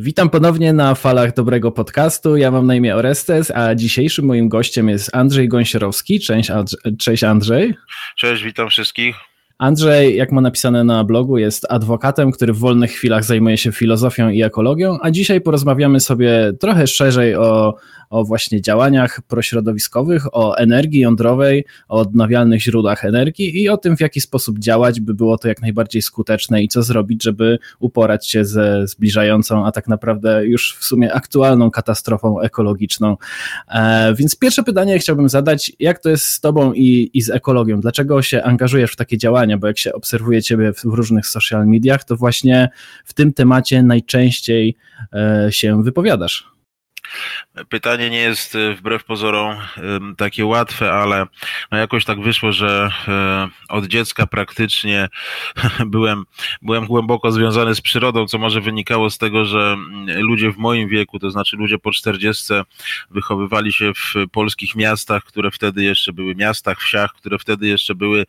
Witam ponownie na falach dobrego podcastu. Ja mam na imię Orestes, a dzisiejszym moim gościem jest Andrzej Gąsiorowski. Cześć Andrzej. Cześć, witam wszystkich. Andrzej, jak ma napisane na blogu, jest adwokatem, który w wolnych chwilach zajmuje się filozofią i ekologią, a dzisiaj porozmawiamy sobie trochę szerzej o właśnie działaniach prośrodowiskowych, o energii jądrowej, o odnawialnych źródłach energii i o tym, w jaki sposób działać, by było to jak najbardziej skuteczne i co zrobić, żeby uporać się ze zbliżającą, a tak naprawdę już w sumie aktualną katastrofą ekologiczną. Więc pierwsze pytanie chciałbym zadać, jak to jest z tobą i z ekologią? Dlaczego się angażujesz w takie działania? Bo jak się obserwuje ciebie w różnych social mediach, to właśnie w tym temacie najczęściej się wypowiadasz. Pytanie nie jest wbrew pozorom takie łatwe, ale jakoś tak wyszło, że od dziecka praktycznie byłem głęboko związany z przyrodą, co może wynikało z tego, że ludzie w moim wieku, to znaczy ludzie po 40, wychowywali się w polskich miastach, które wtedy jeszcze były miastach, wsiach, które wtedy jeszcze były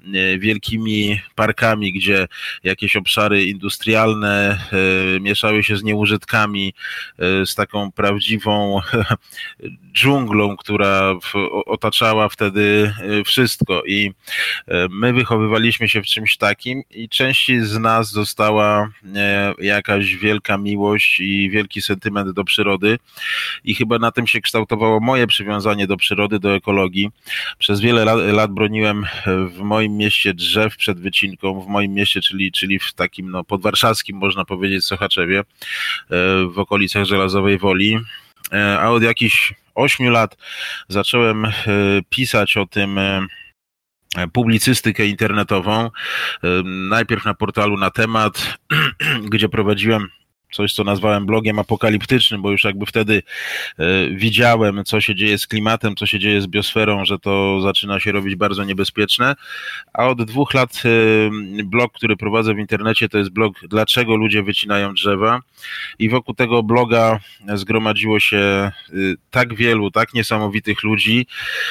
wielkimi parkami, gdzie jakieś obszary industrialne mieszały się z nieużytkami, z taką prawdziwą dżunglą, która otaczała wtedy wszystko i my wychowywaliśmy się w czymś takim i części z nas została jakaś wielka miłość i wielki sentyment do przyrody i chyba na tym się kształtowało moje przywiązanie do przyrody, do ekologii. Przez wiele lat broniłem w moim mieście drzew przed wycinką, w moim mieście, czyli w takim podwarszawskim, można powiedzieć, Sochaczewie, w okolicach Żelazowej Woli. A od jakichś 8 lat zacząłem pisać o tym publicystykę internetową. Najpierw na portalu Na Temat, gdzie prowadziłem coś, co nazwałem blogiem apokaliptycznym, bo już jakby wtedy widziałem, co się dzieje z klimatem, co się dzieje z biosferą, że to zaczyna się robić bardzo niebezpieczne. A od 2 lat blog, który prowadzę w internecie, to jest blog Dlaczego ludzie wycinają drzewa. I wokół tego bloga zgromadziło się tak wielu, tak niesamowitych ludzi,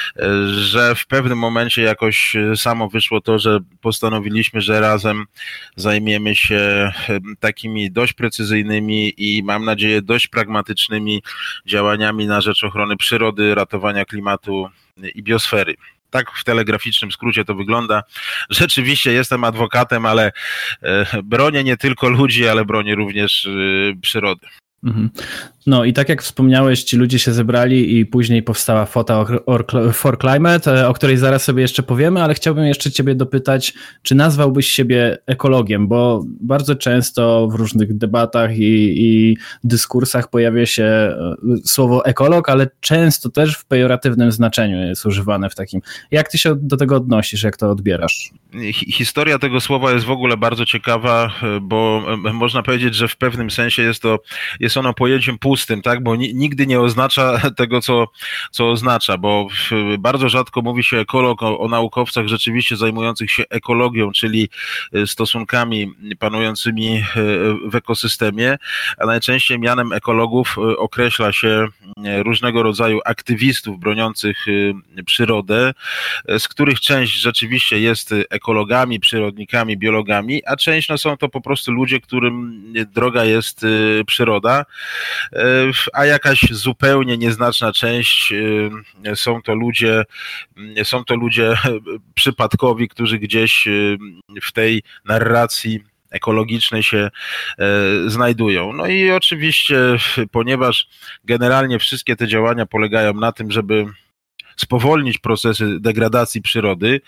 że w pewnym momencie jakoś samo wyszło to, że postanowiliśmy, że razem zajmiemy się takimi dość precyzyjnymi i mam nadzieję dość pragmatycznymi działaniami na rzecz ochrony przyrody, ratowania klimatu i biosfery. Tak w telegraficznym skrócie to wygląda. Rzeczywiście jestem adwokatem, ale bronię nie tylko ludzi, ale bronię również przyrody. No i tak jak wspomniałeś, ci ludzie się zebrali i później powstała Fota for Climate, o której zaraz sobie jeszcze powiemy, ale chciałbym jeszcze ciebie dopytać, czy nazwałbyś siebie ekologiem, bo bardzo często w różnych debatach i dyskursach pojawia się słowo ekolog, ale często też w pejoratywnym znaczeniu jest używane w takim. Jak ty się do tego odnosisz, jak to odbierasz? Historia tego słowa jest w ogóle bardzo ciekawa, bo można powiedzieć, że w pewnym sensie jest ono pojęciem pustym, tak? Bo nigdy nie oznacza tego, co oznacza, bo bardzo rzadko mówi się ekolog o naukowcach rzeczywiście zajmujących się ekologią, czyli stosunkami panującymi w ekosystemie, a najczęściej mianem ekologów określa się różnego rodzaju aktywistów broniących przyrodę, z których część rzeczywiście jest ekologami, przyrodnikami, biologami, a część są to po prostu ludzie, którym droga jest przyroda, a jakaś zupełnie nieznaczna część są to ludzie przypadkowi, którzy gdzieś w tej narracji ekologicznej się znajdują. No i oczywiście, ponieważ generalnie wszystkie te działania polegają na tym, żeby spowolnić procesy degradacji przyrody,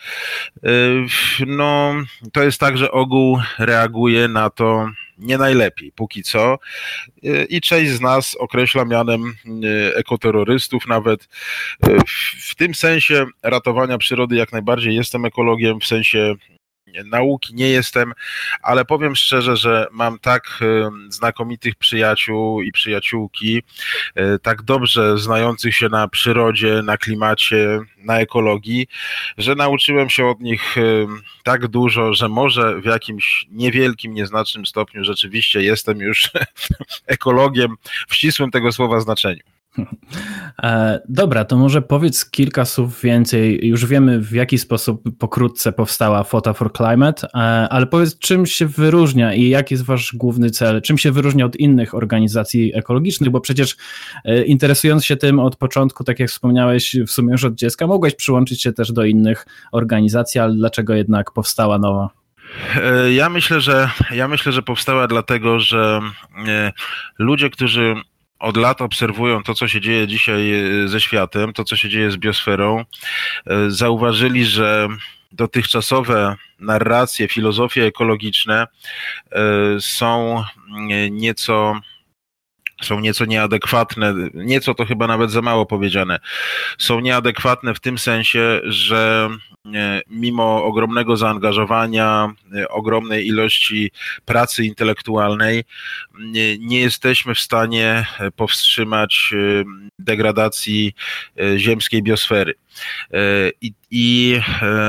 no to jest tak, że ogół reaguje na to nie najlepiej, póki co. I część z nas określa mianem ekoterrorystów nawet. W tym sensie ratowania przyrody jak najbardziej jestem ekologiem, w sensie nauki nie jestem, ale powiem szczerze, że mam tak znakomitych przyjaciół i przyjaciółki, tak dobrze znających się na przyrodzie, na klimacie, na ekologii, że nauczyłem się od nich tak dużo, że może w jakimś niewielkim, nieznacznym stopniu rzeczywiście jestem już ekologiem w ścisłym tego słowa znaczeniu. Dobra, to może powiedz kilka słów więcej. Już wiemy, w jaki sposób pokrótce powstała Fota for Climate, ale powiedz, czym się wyróżnia i jaki jest wasz główny cel? Czym się wyróżnia od innych organizacji ekologicznych? Bo przecież interesując się tym od początku, tak jak wspomniałeś, w sumie już od dziecka, mogłeś przyłączyć się też do innych organizacji, ale dlaczego jednak powstała nowa? Ja myślę, że powstała dlatego, że ludzie, którzy od lat obserwują to, co się dzieje dzisiaj ze światem, to, co się dzieje z biosferą, zauważyli, że dotychczasowe narracje, filozofie ekologiczne są nieco nieadekwatne, nieco to chyba nawet za mało powiedziane. Są nieadekwatne w tym sensie, że mimo ogromnego zaangażowania, ogromnej ilości pracy intelektualnej, nie jesteśmy w stanie powstrzymać degradacji ziemskiej biosfery. I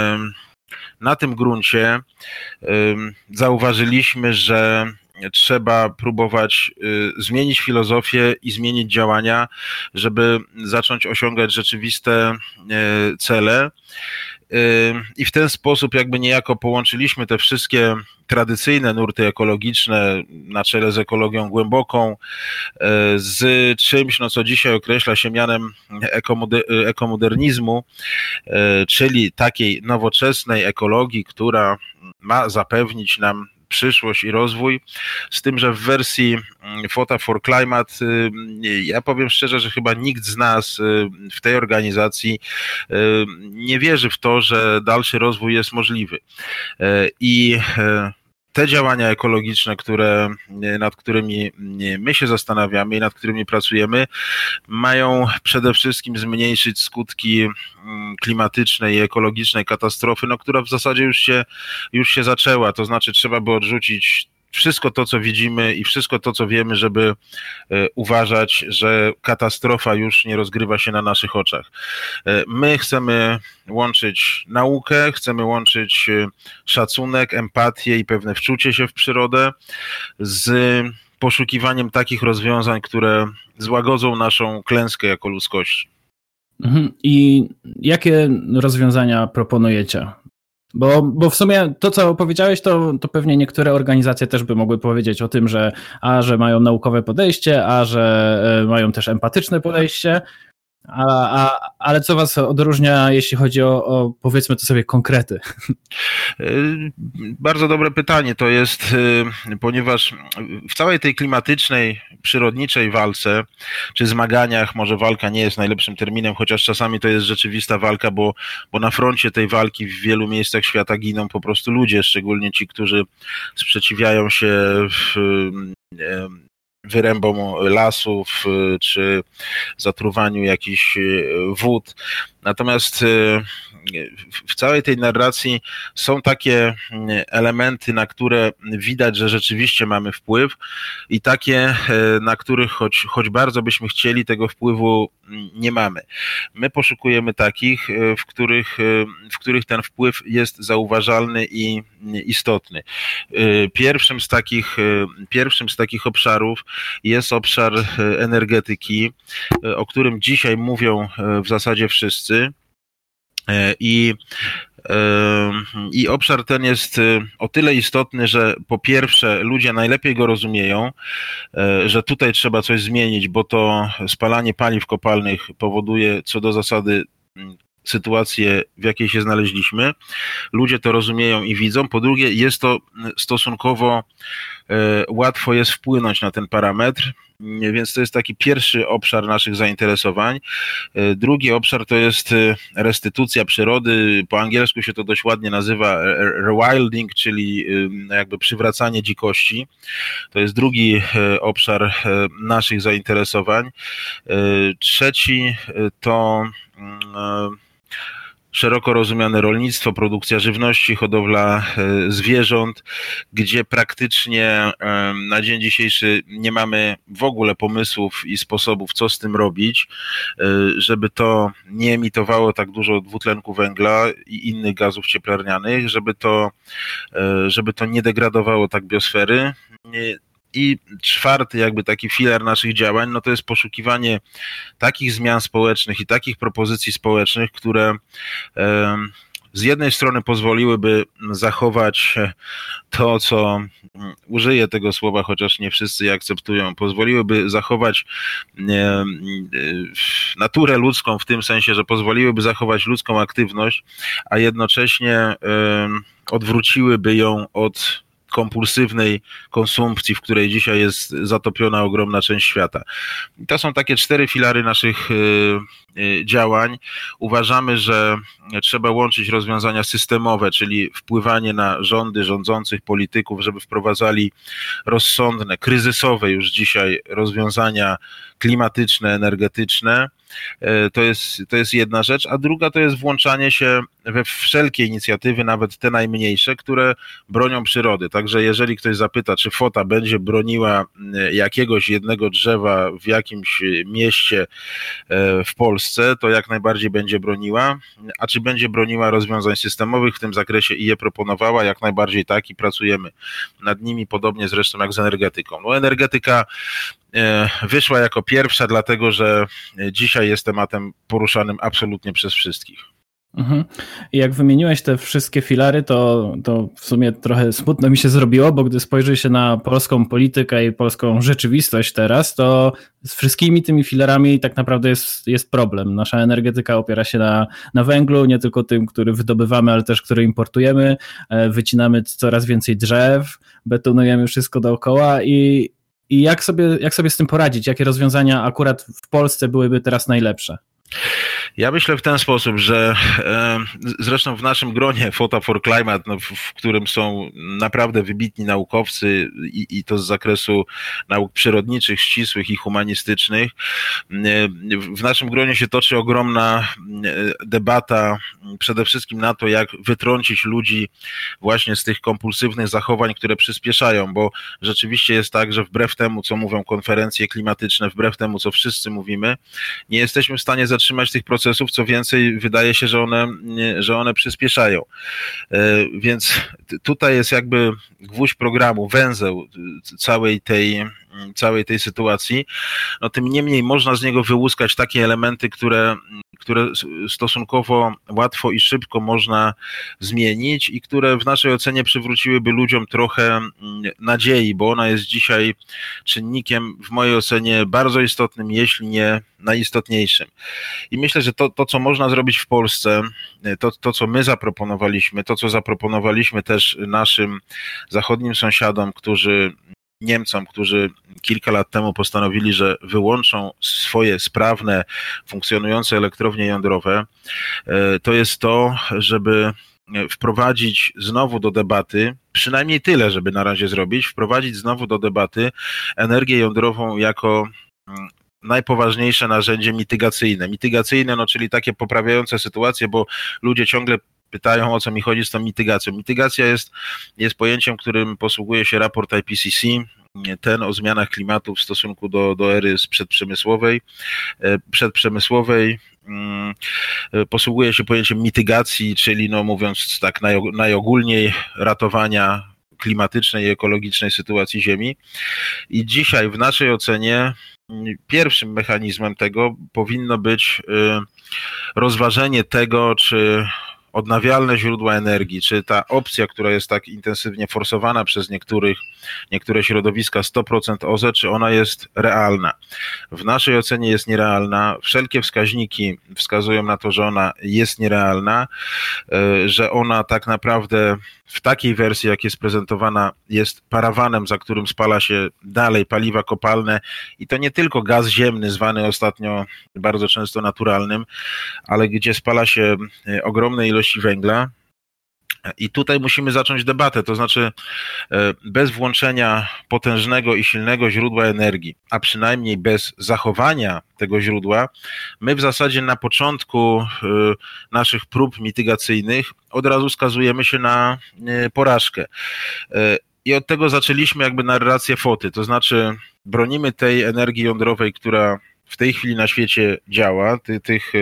na tym gruncie zauważyliśmy, że trzeba próbować zmienić filozofię i zmienić działania, żeby zacząć osiągać rzeczywiste cele. I w ten sposób jakby niejako połączyliśmy te wszystkie tradycyjne nurty ekologiczne na czele z ekologią głęboką z czymś, co dzisiaj określa się mianem ekomodernizmu, czyli takiej nowoczesnej ekologii, która ma zapewnić nam przyszłość i rozwój, z tym, że w wersji Fota for Climate ja powiem szczerze, że chyba nikt z nas w tej organizacji nie wierzy w to, że dalszy rozwój jest możliwy. I te działania ekologiczne, nad którymi my się zastanawiamy i nad którymi pracujemy, mają przede wszystkim zmniejszyć skutki klimatycznej i ekologicznej katastrofy, która w zasadzie już się zaczęła. To znaczy trzeba by odrzucić wszystko to, co widzimy i wszystko to, co wiemy, żeby uważać, że katastrofa już nie rozgrywa się na naszych oczach. My chcemy łączyć naukę, chcemy łączyć szacunek, empatię i pewne wczucie się w przyrodę z poszukiwaniem takich rozwiązań, które złagodzą naszą klęskę jako ludzkości. I jakie rozwiązania proponujecie? Bo w sumie to, co powiedziałeś, to pewnie niektóre organizacje też by mogły powiedzieć o tym, że mają naukowe podejście, że mają też empatyczne podejście, ale co was odróżnia, jeśli chodzi o powiedzmy to sobie konkrety? Bardzo dobre pytanie to jest, ponieważ w całej tej klimatycznej, przyrodniczej walce, czy zmaganiach, może walka nie jest najlepszym terminem, chociaż czasami to jest rzeczywista walka, bo na froncie tej walki w wielu miejscach świata giną po prostu ludzie, szczególnie ci, którzy sprzeciwiają się wyrębom lasów czy zatruwaniu jakichś wód. Natomiast w całej tej narracji są takie elementy, na które widać, że rzeczywiście mamy wpływ i takie, na których choć bardzo byśmy chcieli, tego wpływu nie mamy. My poszukujemy takich, w których ten wpływ jest zauważalny i istotny. Pierwszym z takich obszarów jest obszar energetyki, o którym dzisiaj mówią w zasadzie wszyscy. I obszar ten jest o tyle istotny, że po pierwsze ludzie najlepiej go rozumieją, że tutaj trzeba coś zmienić, bo to spalanie paliw kopalnych powoduje co do zasady sytuację, w jakiej się znaleźliśmy. Ludzie to rozumieją i widzą. Po drugie, jest to stosunkowo łatwo jest wpłynąć na ten parametr, więc to jest taki pierwszy obszar naszych zainteresowań. Drugi obszar to jest restytucja przyrody. Po angielsku się to dość ładnie nazywa rewilding, czyli jakby przywracanie dzikości. To jest drugi obszar naszych zainteresowań. Trzeci to szeroko rozumiane rolnictwo, produkcja żywności, hodowla zwierząt, gdzie praktycznie na dzień dzisiejszy nie mamy w ogóle pomysłów i sposobów, co z tym robić, żeby to nie emitowało tak dużo dwutlenku węgla i innych gazów cieplarnianych, żeby to nie degradowało tak biosfery. I czwarty jakby taki filar naszych działań, no to jest poszukiwanie takich zmian społecznych i takich propozycji społecznych, które z jednej strony pozwoliłyby zachować to, co użyję tego słowa, chociaż nie wszyscy je akceptują, pozwoliłyby zachować naturę ludzką w tym sensie, że pozwoliłyby zachować ludzką aktywność, a jednocześnie odwróciłyby ją od kompulsywnej konsumpcji, w której dzisiaj jest zatopiona ogromna część świata. I to są takie 4 filary naszych działań. Uważamy, że trzeba łączyć rozwiązania systemowe, czyli wpływanie na rządy, rządzących, polityków, żeby wprowadzali rozsądne, kryzysowe już dzisiaj rozwiązania klimatyczne, energetyczne. To jest jedna rzecz, a druga to jest włączanie się we wszelkie inicjatywy, nawet te najmniejsze, które bronią przyrody. Także jeżeli ktoś zapyta, czy FOTA będzie broniła jakiegoś jednego drzewa w jakimś mieście w Polsce, to jak najbardziej będzie broniła, a czy będzie broniła rozwiązań systemowych w tym zakresie i je proponowała, jak najbardziej tak i pracujemy nad nimi, podobnie zresztą jak z energetyką. No, energetyka wyszła jako pierwsza, dlatego że dzisiaj jest tematem poruszanym absolutnie przez wszystkich. I jak wymieniłeś te wszystkie filary, to w sumie trochę smutno mi się zrobiło, bo gdy spojrzy się na polską politykę i polską rzeczywistość teraz, to z wszystkimi tymi filarami tak naprawdę jest problem. Nasza energetyka opiera się na węglu, nie tylko tym, który wydobywamy, ale też który importujemy. Wycinamy coraz więcej drzew, betonujemy wszystko dookoła i jak sobie z tym poradzić? Jakie rozwiązania akurat w Polsce byłyby teraz najlepsze? Ja myślę w ten sposób, że zresztą w naszym gronie FOTA for Climate, no, w którym są naprawdę wybitni naukowcy i to z zakresu nauk przyrodniczych, ścisłych i humanistycznych, w naszym gronie się toczy ogromna debata przede wszystkim na to, jak wytrącić ludzi właśnie z tych kompulsywnych zachowań, które przyspieszają, bo rzeczywiście jest tak, że wbrew temu, co mówią konferencje klimatyczne, wbrew temu, co wszyscy mówimy, nie jesteśmy w stanie zatrzymać tych procesów, co więcej, wydaje się, że one przyspieszają. Więc tutaj jest jakby gwóźdź programu, węzeł całej tej sytuacji. No tym niemniej można z niego wyłuskać takie elementy, które stosunkowo łatwo i szybko można zmienić i które w naszej ocenie przywróciłyby ludziom trochę nadziei, bo ona jest dzisiaj czynnikiem w mojej ocenie bardzo istotnym, jeśli nie najistotniejszym. I myślę, że to co można zrobić w Polsce, to co my zaproponowaliśmy, to co zaproponowaliśmy też naszym zachodnim sąsiadom, Niemcom, którzy kilka lat temu postanowili, że wyłączą swoje sprawne, funkcjonujące elektrownie jądrowe, to jest to, żeby wprowadzić znowu do debaty, przynajmniej tyle, żeby na razie zrobić, wprowadzić znowu do debaty energię jądrową jako najpoważniejsze narzędzie mitygacyjne. Mitygacyjne, no czyli takie poprawiające sytuację, bo ludzie ciągle pytają, o co mi chodzi z tą mitygacją. Mitygacja jest pojęciem, którym posługuje się raport IPCC, ten o zmianach klimatu w stosunku do ery przedprzemysłowej. Posługuje się pojęciem mitygacji, czyli no mówiąc tak najogólniej ratowania klimatycznej i ekologicznej sytuacji Ziemi. I dzisiaj w naszej ocenie pierwszym mechanizmem tego powinno być rozważenie tego, czy odnawialne źródła energii, czy ta opcja, która jest tak intensywnie forsowana przez niektóre środowiska 100% OZE, czy ona jest realna. W naszej ocenie jest nierealna. Wszelkie wskaźniki wskazują na to, że ona jest nierealna, że ona tak naprawdę w takiej wersji, jak jest prezentowana, jest parawanem, za którym spala się dalej paliwa kopalne i to nie tylko gaz ziemny, zwany ostatnio bardzo często naturalnym, ale gdzie spala się ogromne ilości węgla. I tutaj musimy zacząć debatę, to znaczy bez włączenia potężnego i silnego źródła energii, a przynajmniej bez zachowania tego źródła, my w zasadzie na początku naszych prób mitygacyjnych od razu skazujemy się na porażkę. I od tego zaczęliśmy jakby narrację FOTY, to znaczy bronimy tej energii jądrowej, która w tej chwili na świecie działa, tych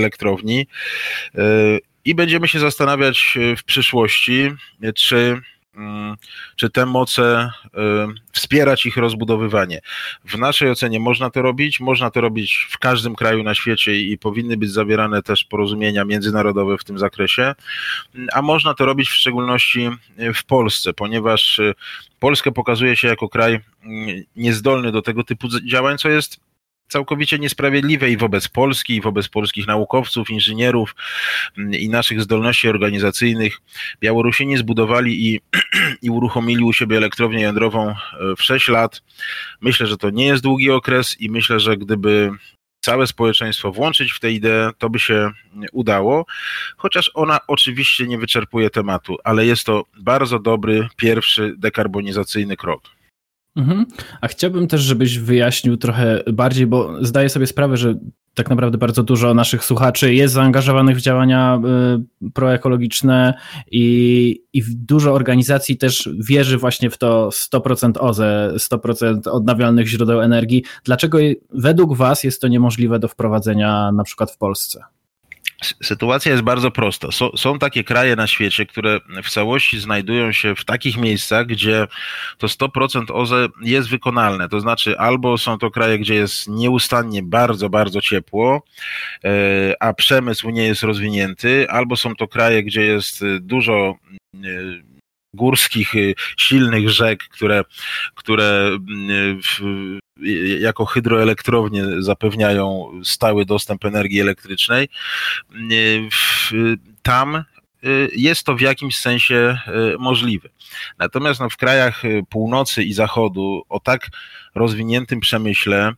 elektrowni, i będziemy się zastanawiać w przyszłości, czy czy te moce, wspierać ich rozbudowywanie. W naszej ocenie można to robić w każdym kraju na świecie i powinny być zawierane też porozumienia międzynarodowe w tym zakresie, a można to robić w szczególności w Polsce, ponieważ Polskę pokazuje się jako kraj niezdolny do tego typu działań, co jest całkowicie niesprawiedliwe i wobec Polski, i wobec polskich naukowców, inżynierów i naszych zdolności organizacyjnych. Białorusini zbudowali i uruchomili u siebie elektrownię jądrową w 6 lat. Myślę, że to nie jest długi okres i myślę, że gdyby całe społeczeństwo włączyć w tę ideę, to by się udało, chociaż ona oczywiście nie wyczerpuje tematu, ale jest to bardzo dobry, pierwszy dekarbonizacyjny krok. A chciałbym też, żebyś wyjaśnił trochę bardziej, bo zdaję sobie sprawę, że tak naprawdę bardzo dużo naszych słuchaczy jest zaangażowanych w działania proekologiczne i dużo organizacji też wierzy właśnie w to 100% OZE, 100% odnawialnych źródeł energii. Dlaczego według was jest to niemożliwe do wprowadzenia na przykład w Polsce? Sytuacja jest bardzo prosta. Są takie kraje na świecie, które w całości znajdują się w takich miejscach, gdzie to 100% OZE jest wykonalne. To znaczy albo są to kraje, gdzie jest nieustannie bardzo, bardzo ciepło, a przemysł nie jest rozwinięty, albo są to kraje, gdzie jest dużo górskich, silnych rzek, które jako hydroelektrownie zapewniają stały dostęp energii elektrycznej. Tam jest to w jakimś sensie możliwe. Natomiast w krajach północy i zachodu o tak rozwiniętym przemyśle,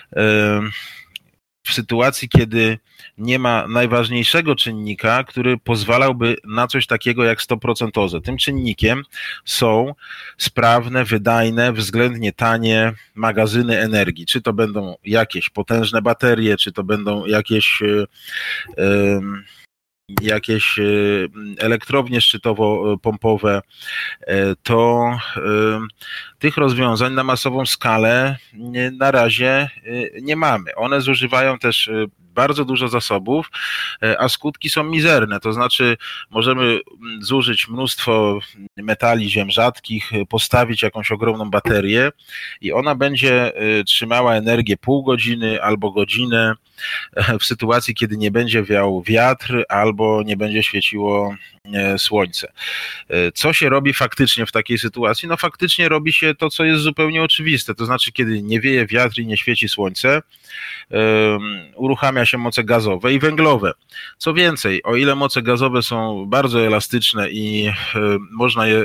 w sytuacji, kiedy nie ma najważniejszego czynnika, który pozwalałby na coś takiego jak 100% OZE. Tym czynnikiem są sprawne, wydajne, względnie tanie magazyny energii. Czy to będą jakieś potężne baterie, czy to będą jakieś elektrownie szczytowo-pompowe, to tych rozwiązań na masową skalę na razie nie mamy. One zużywają też bardzo dużo zasobów, a skutki są mizerne. To znaczy możemy zużyć mnóstwo metali ziem rzadkich, postawić jakąś ogromną baterię i ona będzie trzymała energię pół godziny albo godzinę w sytuacji, kiedy nie będzie wiał wiatr albo nie będzie świeciło słońce. Co się robi faktycznie w takiej sytuacji? No faktycznie robi się to, co jest zupełnie oczywiste. To znaczy, kiedy nie wieje wiatr i nie świeci słońce, uruchamia się moce gazowe i węglowe. Co więcej, o ile moce gazowe są bardzo elastyczne i można je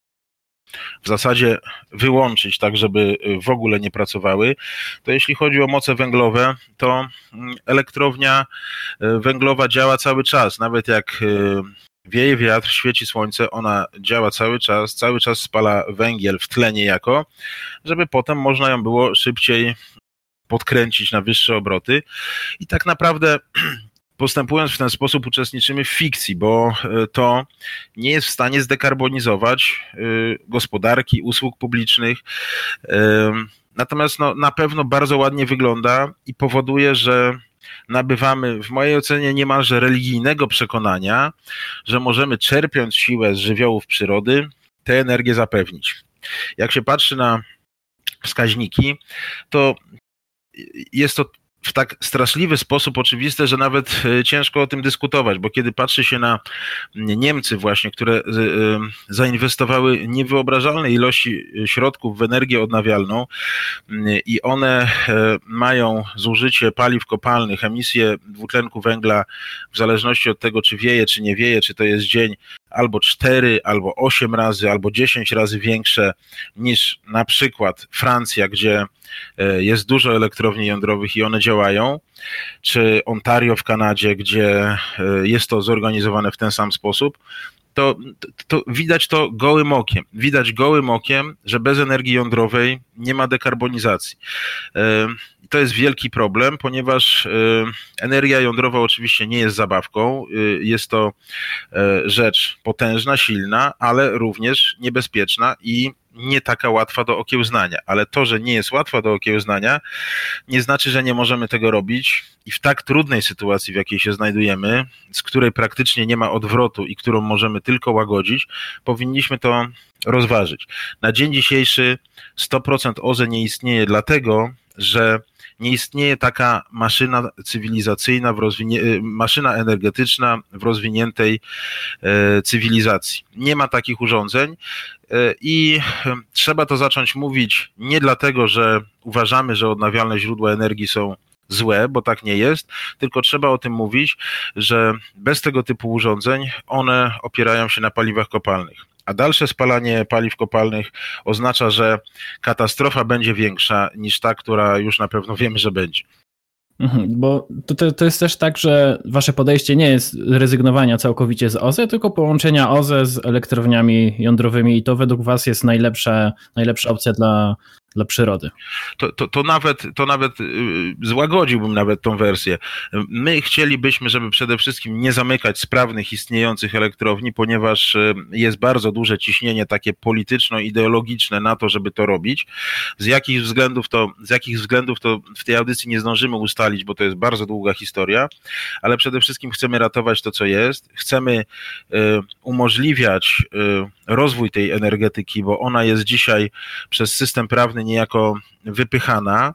w zasadzie wyłączyć tak, żeby w ogóle nie pracowały, to jeśli chodzi o moce węglowe, to elektrownia węglowa działa cały czas. Nawet jak wieje wiatr, świeci słońce, ona działa cały czas spala węgiel w tle niejako, żeby potem można ją było szybciej podkręcić na wyższe obroty. I tak naprawdę postępując w ten sposób uczestniczymy w fikcji, bo to nie jest w stanie zdekarbonizować gospodarki, usług publicznych. Natomiast na pewno bardzo ładnie wygląda i powoduje, że nabywamy w mojej ocenie niemalże religijnego przekonania, że możemy czerpiąc siłę z żywiołów przyrody tę energię zapewnić. Jak się patrzy na wskaźniki, to jest to w tak straszliwy sposób oczywiste, że nawet ciężko o tym dyskutować, bo kiedy patrzy się na Niemcy właśnie, które zainwestowały niewyobrażalne ilości środków w energię odnawialną i one mają zużycie paliw kopalnych, emisję dwutlenku węgla w zależności od tego, czy wieje, czy nie wieje, czy to jest dzień, albo 4, albo 8 razy, albo 10 razy większe niż na przykład Francja, gdzie jest dużo elektrowni jądrowych i one działają, czy Ontario w Kanadzie, gdzie jest to zorganizowane w ten sam sposób, to widać to gołym okiem. Widać gołym okiem, że bez energii jądrowej nie ma dekarbonizacji. to jest wielki problem, ponieważ energia jądrowa oczywiście nie jest zabawką, jest to rzecz potężna, silna, ale również niebezpieczna i nie taka łatwa do okiełznania. Ale to, że nie jest łatwa do okiełznania, nie znaczy, że nie możemy tego robić i w tak trudnej sytuacji, w jakiej się znajdujemy, z której praktycznie nie ma odwrotu i którą możemy tylko łagodzić, powinniśmy to rozważyć. Na dzień dzisiejszy 100% OZE nie istnieje dlatego, że nie istnieje taka maszyna cywilizacyjna, maszyna energetyczna w rozwiniętej cywilizacji. Nie ma takich urządzeń i trzeba to zacząć mówić nie dlatego, że uważamy, że odnawialne źródła energii są złe, bo tak nie jest, tylko trzeba o tym mówić, że bez tego typu urządzeń one opierają się na paliwach kopalnych. A dalsze spalanie paliw kopalnych oznacza, że katastrofa będzie większa niż ta, która już na pewno wiemy, że będzie. Bo to jest też tak, że wasze podejście nie jest rezygnowania całkowicie z OZE, tylko połączenia OZE z elektrowniami jądrowymi i to według was jest najlepsza opcja dla przyrody. To nawet złagodziłbym nawet tą wersję. My chcielibyśmy, żeby przede wszystkim nie zamykać sprawnych, istniejących elektrowni, ponieważ jest bardzo duże ciśnienie takie polityczno-ideologiczne na to, żeby to robić. Z jakich względów to w tej audycji nie zdążymy ustalić, bo to jest bardzo długa historia, ale przede wszystkim chcemy ratować to, co jest. Chcemy umożliwiać rozwój tej energetyki, bo ona jest dzisiaj przez system prawny niejako wypychana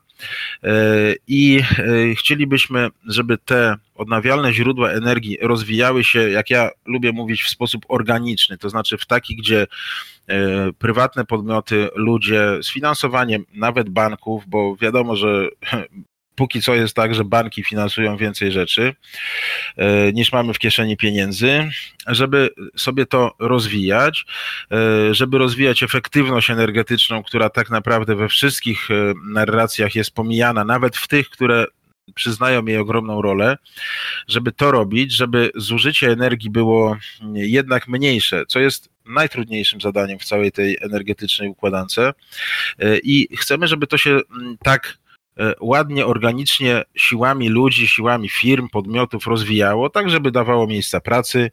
i chcielibyśmy, żeby te odnawialne źródła energii rozwijały się, jak ja lubię mówić, w sposób organiczny, to znaczy w taki, gdzie prywatne podmioty, ludzie z finansowaniem nawet banków, bo wiadomo, że póki co jest tak, że banki finansują więcej rzeczy niż mamy w kieszeni pieniędzy, żeby sobie to rozwijać, żeby rozwijać efektywność energetyczną, która tak naprawdę we wszystkich narracjach jest pomijana, nawet w tych, które przyznają jej ogromną rolę, żeby to robić, żeby zużycie energii było jednak mniejsze, co jest najtrudniejszym zadaniem w całej tej energetycznej układance i chcemy, żeby to się tak ładnie, organicznie siłami ludzi, siłami firm, podmiotów rozwijało, tak żeby dawało miejsca pracy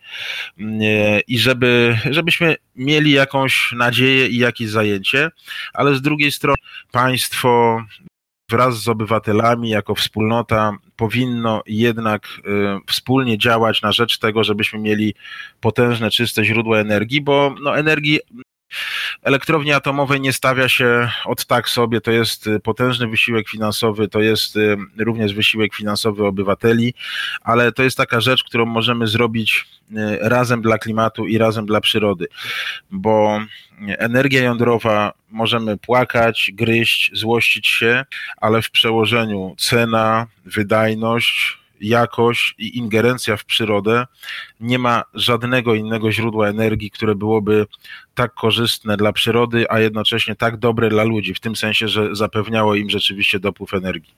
i żebyśmy mieli jakąś nadzieję i jakieś zajęcie, ale z drugiej strony państwo wraz z obywatelami jako wspólnota powinno jednak wspólnie działać na rzecz tego, żebyśmy mieli potężne, czyste źródła energii, bo energii elektrowni atomowej nie stawia się od tak sobie, to jest potężny wysiłek finansowy, to jest również wysiłek finansowy obywateli, ale to jest taka rzecz, którą możemy zrobić razem dla klimatu i razem dla przyrody, bo energia jądrowa możemy płakać, gryźć, złościć się, ale w przełożeniu cena, wydajność, jakość i ingerencja w przyrodę nie ma żadnego innego źródła energii, które byłoby tak korzystne dla przyrody, a jednocześnie tak dobre dla ludzi, w tym sensie, że zapewniało im rzeczywiście dopływ energii.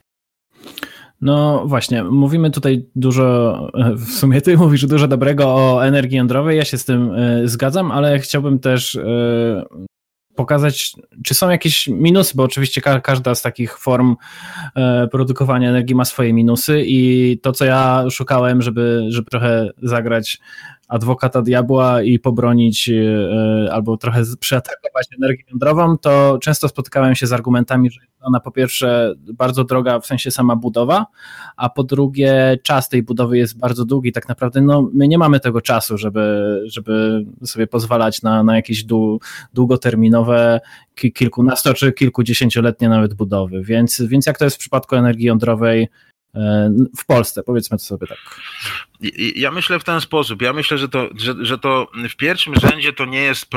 No właśnie, mówimy tutaj dużo, w sumie ty mówisz dużo dobrego o energii jądrowej, ja się z tym zgadzam, ale chciałbym też pokazać, czy są jakieś minusy, bo oczywiście każda z takich form produkowania energii ma swoje minusy i to, co ja szukałem, żeby trochę zagrać adwokata diabła i pobronić albo trochę przyatakować energię jądrową, to często spotykałem się z argumentami, że jest ona po pierwsze bardzo droga w sensie sama budowa, a po drugie czas tej budowy jest bardzo długi. Tak naprawdę my nie mamy tego czasu, żeby sobie pozwalać na jakieś długoterminowe, kilkunasto czy kilkudziesięcioletnie nawet budowy. Więc jak to jest w przypadku energii jądrowej w Polsce? Powiedzmy to sobie tak. Ja myślę w ten sposób. Ja myślę, że to w pierwszym rzędzie to nie jest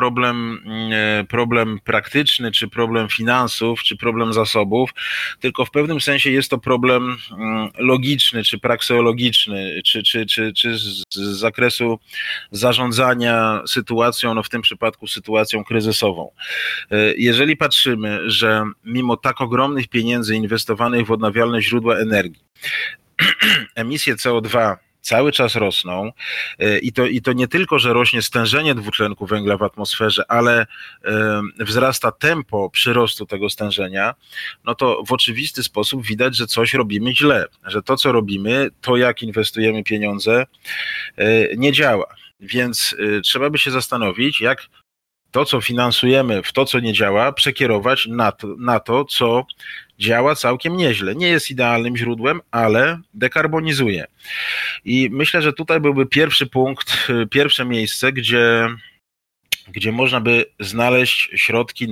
problem praktyczny, czy problem finansów, czy problem zasobów, tylko w pewnym sensie jest to problem logiczny, czy prakseologiczny, czy z zakresu zarządzania sytuacją, w tym przypadku sytuacją kryzysową. Jeżeli patrzymy, że mimo tak ogromnych pieniędzy inwestowanych w odnawialne źródła energii, emisje CO2 cały czas rosną i to nie tylko, że rośnie stężenie dwutlenku węgla w atmosferze, ale wzrasta tempo przyrostu tego stężenia, no to w oczywisty sposób widać, że coś robimy źle, że to, co robimy, to jak inwestujemy pieniądze, nie działa. Więc trzeba by się zastanowić, jak to, co finansujemy w to, co nie działa, przekierować na to, co działa całkiem nieźle. Nie jest idealnym źródłem, ale dekarbonizuje. I myślę, że tutaj byłby pierwszy punkt, pierwsze miejsce, gdzie można by znaleźć środki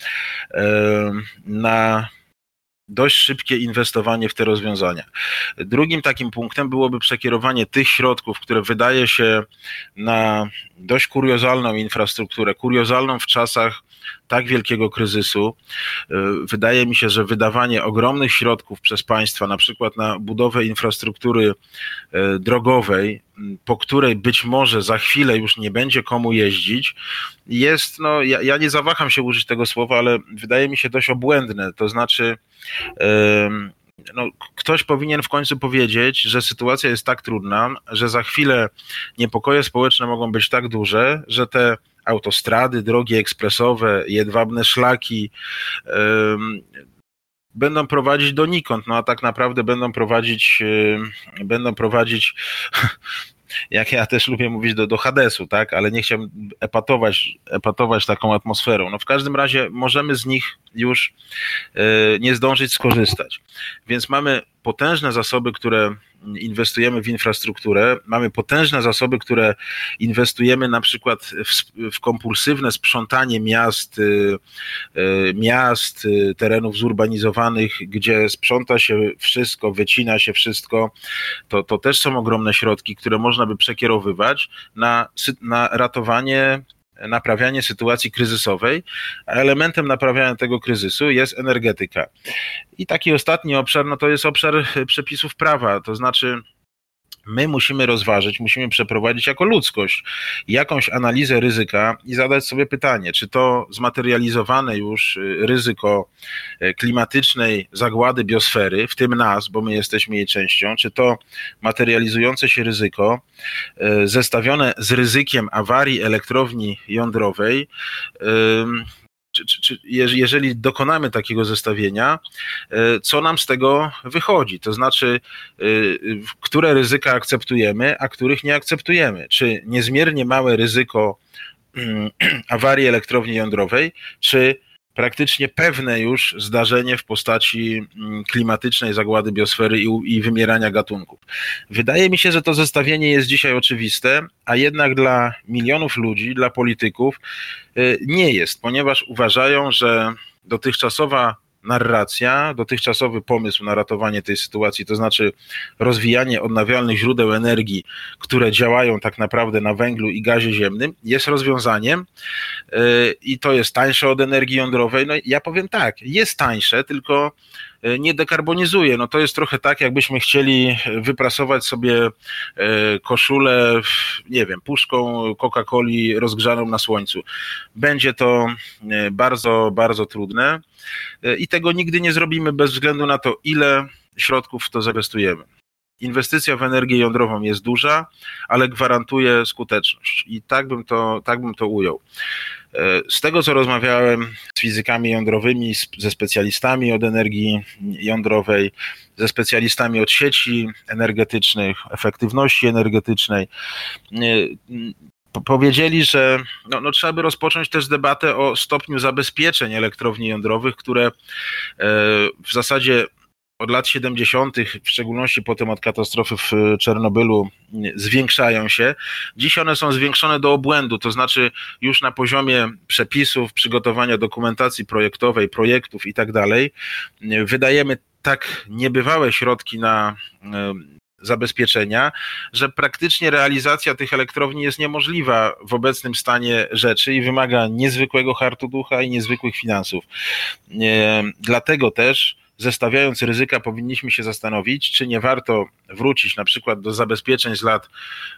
na dość szybkie inwestowanie w te rozwiązania. Drugim takim punktem byłoby przekierowanie tych środków, które wydaje się na dość kuriozalną infrastrukturę, kuriozalną w czasach tak wielkiego kryzysu. Wydaje mi się, że wydawanie ogromnych środków przez państwa, na przykład na budowę infrastruktury drogowej, po której być może za chwilę już nie będzie komu jeździć, jest, no ja nie zawaham się użyć tego słowa, ale wydaje mi się dość obłędne. To znaczy, no, ktoś powinien w końcu powiedzieć, że sytuacja jest tak trudna, że za chwilę niepokoje społeczne mogą być tak duże, że te autostrady, drogi ekspresowe, jedwabne szlaki będą prowadzić donikąd, no a tak naprawdę będą prowadzić jak ja też lubię mówić, do Hadesu, tak, ale nie chciałbym epatować taką atmosferą. No w każdym razie możemy z nich już nie zdążyć skorzystać. Więc mamy potężne zasoby, które inwestujemy w infrastrukturę, mamy potężne zasoby, które inwestujemy na przykład w kompulsywne sprzątanie miast, terenów zurbanizowanych, gdzie sprząta się wszystko, wycina się wszystko. To też są ogromne środki, które można by przekierowywać na ratowanie, naprawianie sytuacji kryzysowej, a elementem naprawiania tego kryzysu jest energetyka. I taki ostatni obszar, no to jest obszar przepisów prawa, to znaczy my musimy rozważyć, musimy przeprowadzić jako ludzkość jakąś analizę ryzyka i zadać sobie pytanie, czy to zmaterializowane już ryzyko klimatycznej zagłady biosfery, w tym nas, bo my jesteśmy jej częścią, czy to materializujące się ryzyko zestawione z ryzykiem awarii elektrowni jądrowej, jeżeli dokonamy takiego zestawienia, co nam z tego wychodzi? To znaczy, które ryzyka akceptujemy, a których nie akceptujemy? Czy niezmiernie małe ryzyko awarii elektrowni jądrowej, czy praktycznie pewne już zdarzenie w postaci klimatycznej zagłady biosfery i wymierania gatunków. Wydaje mi się, że to zestawienie jest dzisiaj oczywiste, a jednak dla milionów ludzi, dla polityków nie jest, ponieważ uważają, że dotychczasowa narracja, dotychczasowy pomysł na ratowanie tej sytuacji, to znaczy rozwijanie odnawialnych źródeł energii, które działają tak naprawdę na węglu i gazie ziemnym, jest rozwiązaniem i to jest tańsze od energii jądrowej. No ja powiem tak, jest tańsze, tylko nie dekarbonizuje. No to jest trochę tak, jakbyśmy chcieli wyprasować sobie koszulę, nie wiem, puszką Coca-Coli rozgrzaną na słońcu. Będzie to bardzo, bardzo trudne i tego nigdy nie zrobimy bez względu na to, ile środków w to zainwestujemy. Inwestycja w energię jądrową jest duża, ale gwarantuje skuteczność i tak bym to ujął. Z tego, co rozmawiałem z fizykami jądrowymi, ze specjalistami od energii jądrowej, ze specjalistami od sieci energetycznych, efektywności energetycznej, powiedzieli, że trzeba by rozpocząć też debatę o stopniu zabezpieczeń elektrowni jądrowych, które w zasadzie od lat 70., w szczególności potem od katastrofy w Czernobylu, zwiększają się. Dziś one są zwiększone do obłędu, to znaczy już na poziomie przepisów, przygotowania dokumentacji projektowej, projektów i tak dalej, wydajemy tak niebywałe środki na zabezpieczenia, że praktycznie realizacja tych elektrowni jest niemożliwa w obecnym stanie rzeczy i wymaga niezwykłego hartu ducha i niezwykłych finansów. Dlatego też zestawiając ryzyka, powinniśmy się zastanowić, czy nie warto wrócić na przykład do zabezpieczeń z lat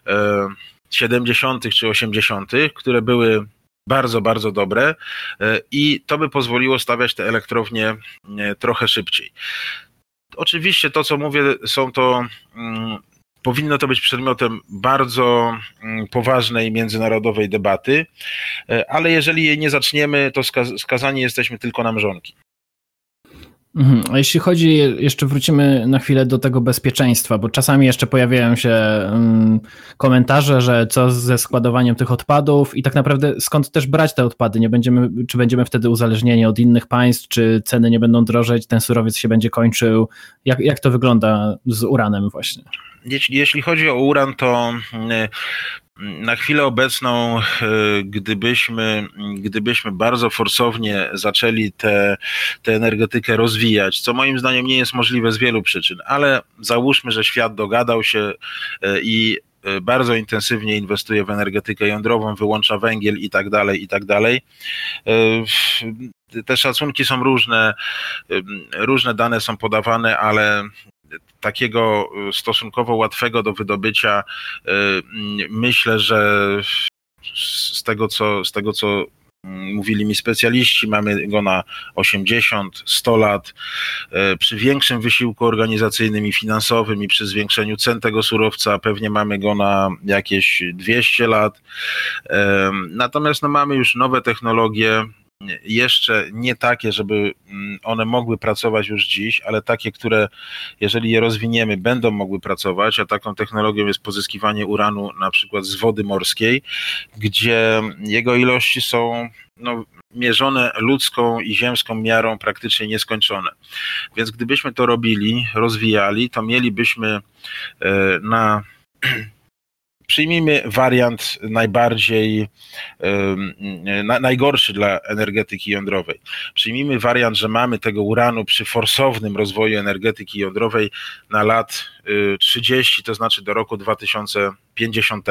70. czy 80., które były bardzo, bardzo dobre i to by pozwoliło stawiać te elektrownie trochę szybciej. Oczywiście to, co mówię, są to powinno to być przedmiotem bardzo poważnej międzynarodowej debaty, ale jeżeli jej nie zaczniemy, to skazani jesteśmy tylko na mrzonki. A jeśli chodzi, jeszcze wrócimy na chwilę do tego bezpieczeństwa, bo czasami jeszcze pojawiają się komentarze, że co ze składowaniem tych odpadów i tak naprawdę skąd też brać te odpady, czy będziemy wtedy uzależnieni od innych państw, czy ceny nie będą drożeć, ten surowiec się będzie kończył, jak to wygląda z uranem właśnie? Jeśli chodzi o uran, to na chwilę obecną, gdybyśmy bardzo forsownie zaczęli tę energetykę rozwijać, co moim zdaniem nie jest możliwe z wielu przyczyn, ale załóżmy, że świat dogadał się i bardzo intensywnie inwestuje w energetykę jądrową, wyłącza węgiel i tak dalej. Te szacunki są różne dane są podawane, ale takiego stosunkowo łatwego do wydobycia, myślę, że z tego co mówili mi specjaliści, mamy go na 80, 100 lat. Przy większym wysiłku organizacyjnym i finansowym i przy zwiększeniu cen tego surowca pewnie mamy go na jakieś 200 lat. Natomiast mamy już nowe technologie, jeszcze nie takie, żeby one mogły pracować już dziś, ale takie, które jeżeli je rozwiniemy, będą mogły pracować, a taką technologią jest pozyskiwanie uranu na przykład z wody morskiej, gdzie jego ilości są mierzone ludzką i ziemską miarą praktycznie nieskończone. Więc gdybyśmy to robili, rozwijali, to mielibyśmy przyjmijmy wariant najgorszy dla energetyki jądrowej. Przyjmijmy wariant, że mamy tego uranu przy forsownym rozwoju energetyki jądrowej na lat 30, to znaczy do roku 2050.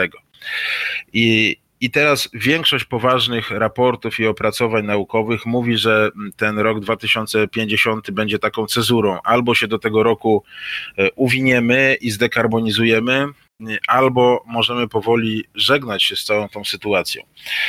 I teraz większość poważnych raportów i opracowań naukowych mówi, że ten rok 2050 będzie taką cezurą. Albo się do tego roku uwiniemy i zdekarbonizujemy, albo możemy powoli żegnać się z całą tą sytuacją.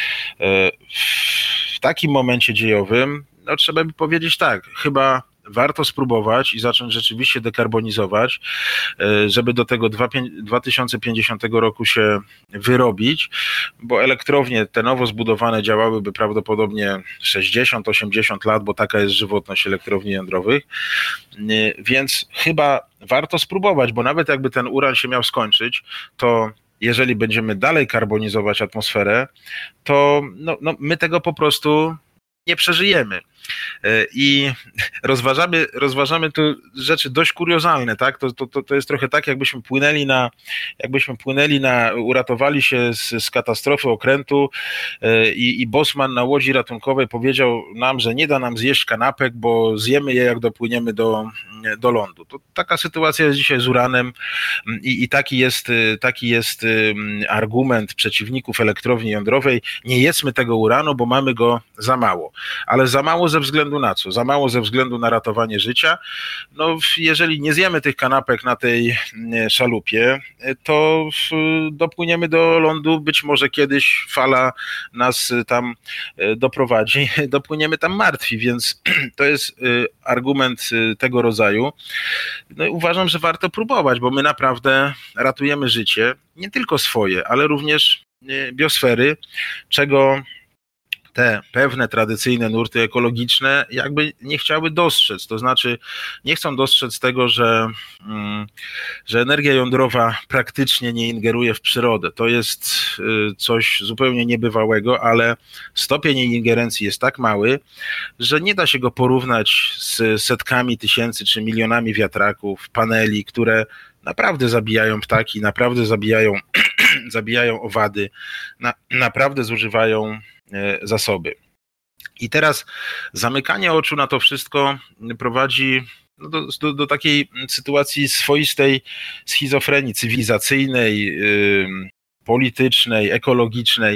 W takim momencie dziejowym trzeba by powiedzieć tak, chyba warto spróbować i zacząć rzeczywiście dekarbonizować, żeby do tego 2050 roku się wyrobić, bo elektrownie te nowo zbudowane działałyby prawdopodobnie 60-80 lat, bo taka jest żywotność elektrowni jądrowych, więc chyba warto spróbować, bo nawet jakby ten uran się miał skończyć, to jeżeli będziemy dalej karbonizować atmosferę, to my tego po prostu nie przeżyjemy. I rozważamy tu rzeczy dość kuriozalne, tak? To jest trochę tak, jakbyśmy płynęli uratowali się z katastrofy okrętu i bosman na łodzi ratunkowej powiedział nam, że nie da nam zjeść kanapek, bo zjemy je, jak dopłyniemy do lądu. To taka sytuacja jest dzisiaj z uranem i taki jest argument przeciwników elektrowni jądrowej. Nie jedzmy tego uranu, bo mamy go za mało. Ale za mało ze względu na co? Za mało ze względu na ratowanie życia. Jeżeli nie zjemy tych kanapek na tej szalupie, to dopłyniemy do lądu, być może kiedyś fala nas tam doprowadzi, dopłyniemy tam martwi, więc to jest argument tego rodzaju. Uważam, że warto próbować, bo my naprawdę ratujemy życie, nie tylko swoje, ale również biosfery, czego te pewne tradycyjne nurty ekologiczne jakby nie chciały dostrzec. To znaczy nie chcą dostrzec tego, że energia jądrowa praktycznie nie ingeruje w przyrodę. To jest coś zupełnie niebywałego, ale stopień jej ingerencji jest tak mały, że nie da się go porównać z setkami tysięcy czy milionami wiatraków, paneli, które naprawdę zabijają ptaki, naprawdę zabijają owady, naprawdę zużywają zasoby. I teraz zamykanie oczu na to wszystko prowadzi do takiej sytuacji swoistej schizofrenii cywilizacyjnej, politycznej, ekologicznej.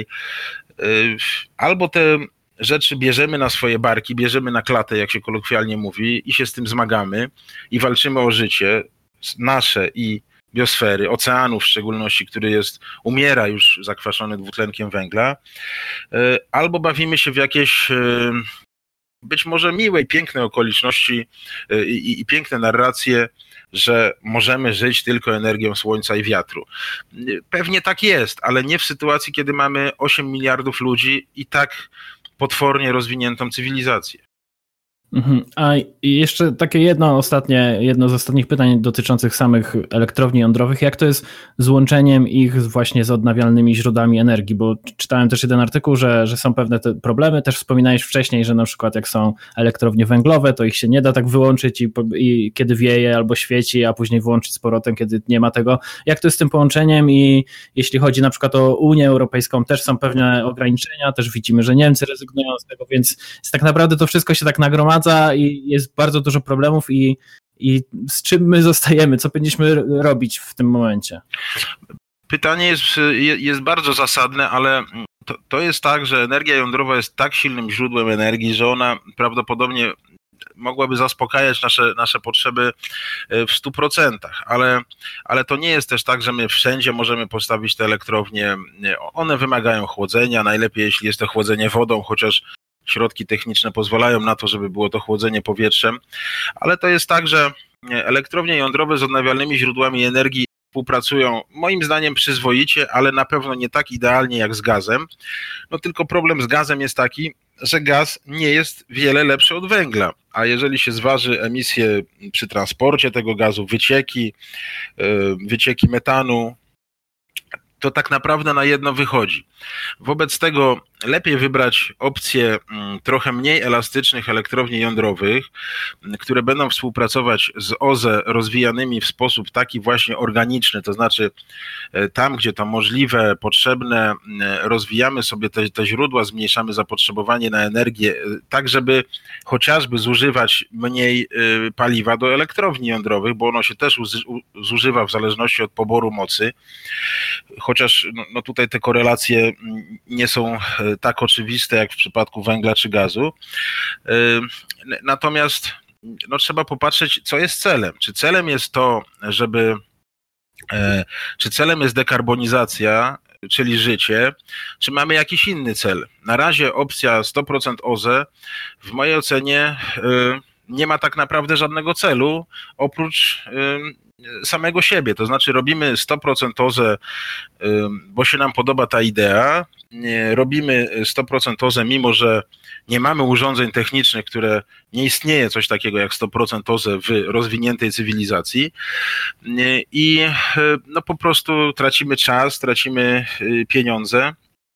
Albo te rzeczy bierzemy na swoje barki, bierzemy na klatę, jak się kolokwialnie mówi, i się z tym zmagamy i walczymy o życie nasze i biosfery, oceanu w szczególności, który umiera już zakwaszony dwutlenkiem węgla, albo bawimy się w jakieś być może miłe i piękne okoliczności i piękne narracje, że możemy żyć tylko energią słońca i wiatru. Pewnie tak jest, ale nie w sytuacji, kiedy mamy 8 miliardów ludzi i tak potwornie rozwiniętą cywilizację. A jeszcze takie jedno z ostatnich pytań dotyczących samych elektrowni jądrowych. Jak to jest z łączeniem ich właśnie z odnawialnymi źródłami energii? Bo czytałem też jeden artykuł, że są pewne te problemy. Też wspominałeś wcześniej, że na przykład jak są elektrownie węglowe, to ich się nie da tak wyłączyć i kiedy wieje albo świeci, a później wyłączyć z powrotem, kiedy nie ma tego. Jak to jest z tym połączeniem i jeśli chodzi na przykład o Unię Europejską, też są pewne ograniczenia, też widzimy, że Niemcy rezygnują z tego, więc tak naprawdę to wszystko się tak nagromadza i jest bardzo dużo problemów i z czym my zostajemy, co powinniśmy robić w tym momencie? Pytanie jest bardzo zasadne, ale to jest tak, że energia jądrowa jest tak silnym źródłem energii, że ona prawdopodobnie mogłaby zaspokajać nasze potrzeby w 100%, ale to nie jest też tak, że my wszędzie możemy postawić te elektrownie. One wymagają chłodzenia, najlepiej jeśli jest to chłodzenie wodą, chociaż środki techniczne pozwalają na to, żeby było to chłodzenie powietrzem, ale to jest tak, że elektrownie jądrowe z odnawialnymi źródłami energii współpracują moim zdaniem przyzwoicie, ale na pewno nie tak idealnie jak z gazem. No tylko problem z gazem jest taki, że gaz nie jest wiele lepszy od węgla, a jeżeli się zważy emisję przy transporcie tego gazu, wycieki metanu, to tak naprawdę na jedno wychodzi. Wobec tego lepiej wybrać opcje trochę mniej elastycznych elektrowni jądrowych, które będą współpracować z OZE rozwijanymi w sposób taki właśnie organiczny, to znaczy tam, gdzie to możliwe, potrzebne, rozwijamy sobie te źródła, zmniejszamy zapotrzebowanie na energię, tak żeby chociażby zużywać mniej paliwa do elektrowni jądrowych, bo ono się też zużywa w zależności od poboru mocy, chociaż no tutaj te korelacje nie są tak oczywiste jak w przypadku węgla czy gazu. Natomiast no, trzeba popatrzeć, co jest celem. Czy celem jest to, czy celem jest dekarbonizacja, czyli życie, czy mamy jakiś inny cel? Na razie opcja 100% OZE w mojej ocenie nie ma tak naprawdę żadnego celu, oprócz samego siebie, to znaczy robimy 100% OZE, bo się nam podoba ta idea, robimy 100% OZE, mimo że nie mamy urządzeń technicznych, które nie istnieje coś takiego jak 100% OZE w rozwiniętej cywilizacji i no po prostu tracimy czas, tracimy pieniądze,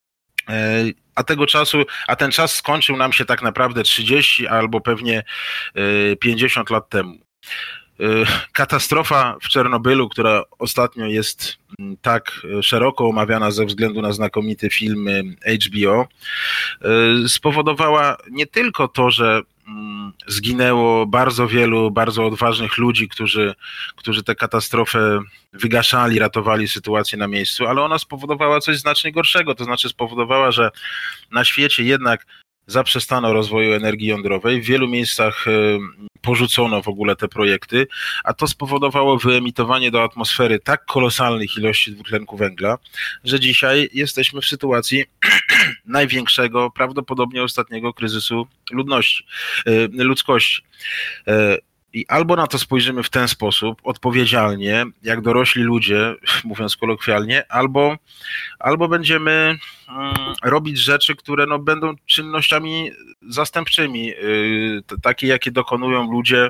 a ten czas skończył nam się tak naprawdę 30 albo pewnie 50 lat temu. Katastrofa w Czernobylu, która ostatnio jest tak szeroko omawiana ze względu na znakomity film HBO, spowodowała nie tylko to, że zginęło bardzo wielu, bardzo odważnych ludzi, którzy tę katastrofę wygaszali, ratowali sytuację na miejscu, ale ona spowodowała coś znacznie gorszego, to znaczy spowodowała, że na świecie jednak zaprzestano rozwoju energii jądrowej, w wielu miejscach porzucono w ogóle te projekty, a to spowodowało wyemitowanie do atmosfery tak kolosalnych ilości dwutlenku węgla, że dzisiaj jesteśmy w sytuacji największego, prawdopodobnie ostatniego kryzysu ludzkości. I albo na to spojrzymy w ten sposób, odpowiedzialnie, jak dorośli ludzie, mówiąc kolokwialnie, albo będziemy robić rzeczy, które no, będą czynnościami zastępczymi, takie jakie dokonują ludzie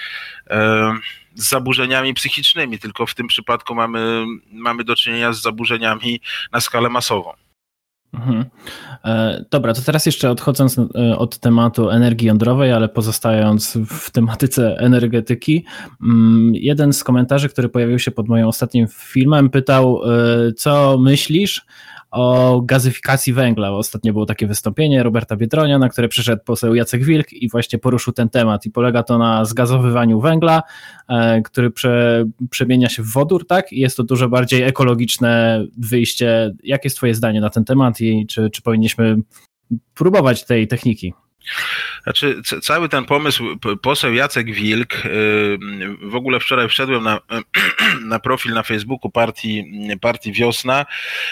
z zaburzeniami psychicznymi, tylko w tym przypadku mamy do czynienia z zaburzeniami na skalę masową. Dobra, to teraz jeszcze odchodząc od tematu energii jądrowej, ale pozostając w tematyce energetyki, jeden z komentarzy, który pojawił się pod moim ostatnim filmem, pytał, co myślisz o gazyfikacji węgla. Ostatnio było takie wystąpienie Roberta Biedronia, na które przyszedł poseł Jacek Wilk i właśnie poruszył ten temat i polega to na zgazowywaniu węgla, który przemienia się w wodór, tak? I jest to dużo bardziej ekologiczne wyjście. Jakie jest twoje zdanie na ten temat i czy powinniśmy próbować tej techniki? Znaczy, cały ten pomysł, poseł Jacek Wilk, w ogóle wczoraj wszedłem na profil na Facebooku partii Wiosna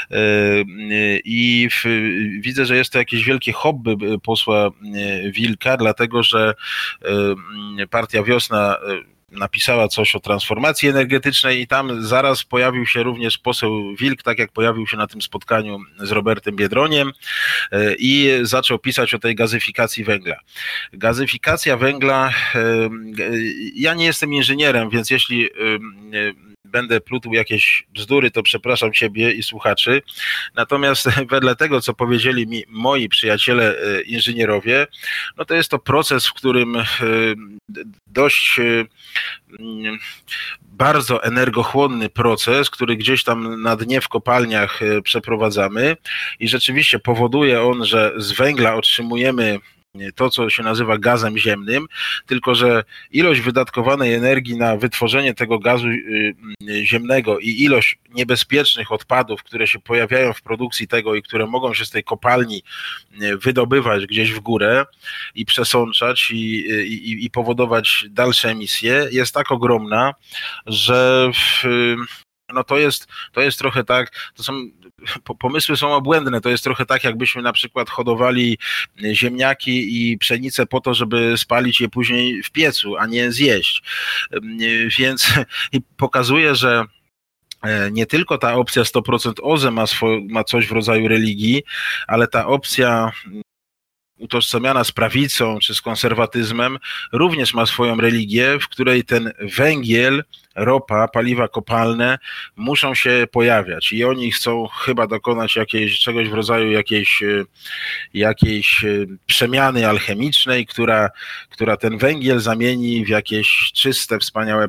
i widzę, że jest to jakieś wielkie hobby posła Wilka, dlatego że partia Wiosna napisała coś o transformacji energetycznej i tam zaraz pojawił się również poseł Wilk, tak jak pojawił się na tym spotkaniu z Robertem Biedroniem i zaczął pisać o tej gazyfikacji węgla. Gazyfikacja węgla, ja nie jestem inżynierem, więc jeśli będę plutł jakieś bzdury, to przepraszam siebie i słuchaczy. Natomiast wedle tego, co powiedzieli mi moi przyjaciele inżynierowie, no to jest to proces, w którym dość bardzo energochłonny proces, który gdzieś tam na dnie w kopalniach przeprowadzamy i rzeczywiście powoduje on, że z węgla otrzymujemy to, co się nazywa gazem ziemnym, tylko że ilość wydatkowanej energii na wytworzenie tego gazu ziemnego i ilość niebezpiecznych odpadów, które się pojawiają w produkcji tego i które mogą się z tej kopalni wydobywać gdzieś w górę i przesączać i powodować dalsze emisje, jest tak ogromna, że no to jest trochę tak, pomysły są obłędne, to jest trochę tak, jakbyśmy na przykład hodowali ziemniaki i pszenicę po to, żeby spalić je później w piecu, a nie zjeść. Więc pokazuje, że nie tylko ta opcja 100% OZE ma coś w rodzaju religii, ale ta opcja utożsamiana z prawicą czy z konserwatyzmem również ma swoją religię, w której ten węgiel, ropa, paliwa kopalne muszą się pojawiać i oni chcą chyba dokonać czegoś w rodzaju jakiejś przemiany alchemicznej, która ten węgiel zamieni w jakieś czyste, wspaniałe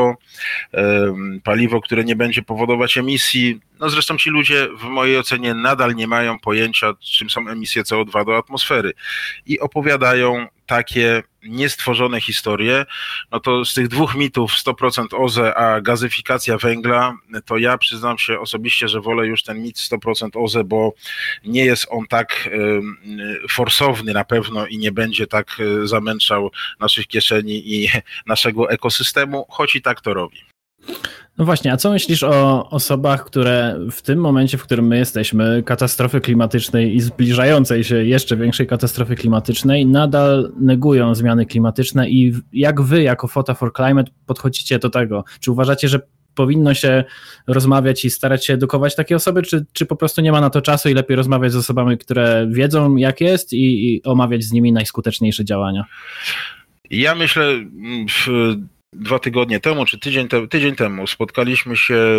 paliwo, które nie będzie powodować emisji. No zresztą ci ludzie w mojej ocenie nadal nie mają pojęcia, czym są emisje CO2 do atmosfery i opowiadają takie niestworzone historie. No to z tych dwóch mitów 100% OZE a gazyfikacja węgla, to ja przyznam się osobiście, że wolę już ten mit 100% OZE, bo nie jest on tak forsowny na pewno i nie będzie tak zamęczał naszych kieszeni i naszego ekosystemu, choć i tak to robi. No właśnie, a co myślisz o osobach, które w tym momencie, w którym my jesteśmy, katastrofy klimatycznej i zbliżającej się jeszcze większej katastrofy klimatycznej, nadal negują zmiany klimatyczne i jak wy jako Fota for Climate podchodzicie do tego? Czy uważacie, że powinno się rozmawiać i starać się edukować takie osoby, czy po prostu nie ma na to czasu i lepiej rozmawiać z osobami, które wiedzą jak jest i omawiać z nimi najskuteczniejsze działania? Ja myślę, 2 tygodnie temu, czy tydzień temu spotkaliśmy się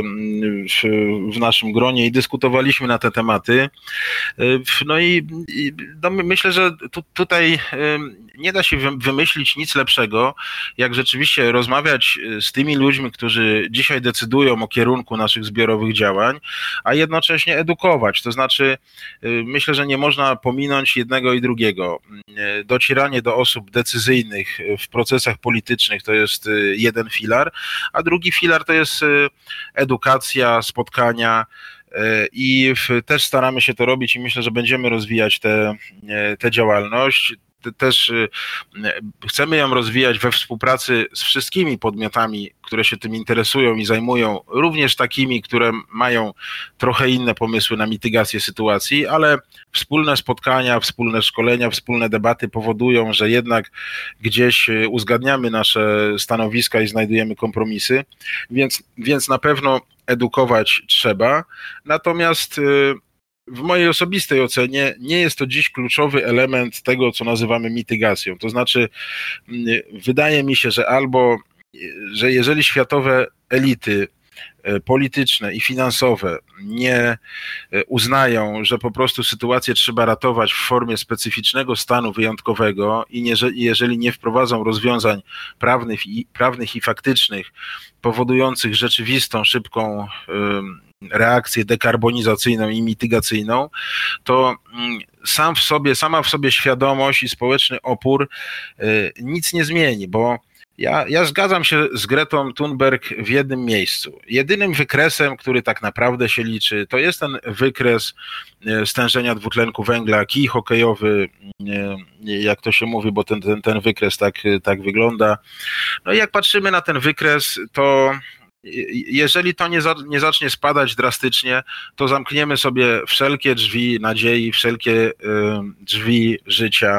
w naszym gronie i dyskutowaliśmy na te tematy. No i myślę, że tutaj nie da się wymyślić nic lepszego, jak rzeczywiście rozmawiać z tymi ludźmi, którzy dzisiaj decydują o kierunku naszych zbiorowych działań, a jednocześnie edukować. To znaczy, myślę, że nie można pominąć jednego i drugiego. Docieranie do osób decyzyjnych w procesach politycznych to jest jeden filar, a drugi filar to jest edukacja, spotkania i też staramy się to robić i myślę, że będziemy rozwijać tę działalność. Też chcemy ją rozwijać we współpracy z wszystkimi podmiotami, które się tym interesują i zajmują, również takimi, które mają trochę inne pomysły na mitygację sytuacji, ale wspólne spotkania, wspólne szkolenia, wspólne debaty powodują, że jednak gdzieś uzgadniamy nasze stanowiska i znajdujemy kompromisy, więc na pewno edukować trzeba, natomiast w mojej osobistej ocenie nie jest to dziś kluczowy element tego, co nazywamy mitygacją. To znaczy, wydaje mi się, że jeżeli światowe elity polityczne i finansowe nie uznają, że po prostu sytuację trzeba ratować w formie specyficznego stanu wyjątkowego i jeżeli nie wprowadzą rozwiązań prawnych i faktycznych powodujących rzeczywistą, szybką reakcję dekarbonizacyjną i mitygacyjną, to sama w sobie świadomość i społeczny opór nic nie zmieni, bo Ja zgadzam się z Gretą Thunberg w jednym miejscu. Jedynym wykresem, który tak naprawdę się liczy, to jest ten wykres stężenia dwutlenku węgla, kij hokejowy, jak to się mówi, bo ten wykres tak wygląda. No i jak patrzymy na ten wykres, to jeżeli to nie zacznie spadać drastycznie, to zamkniemy sobie wszelkie drzwi nadziei, wszelkie drzwi życia.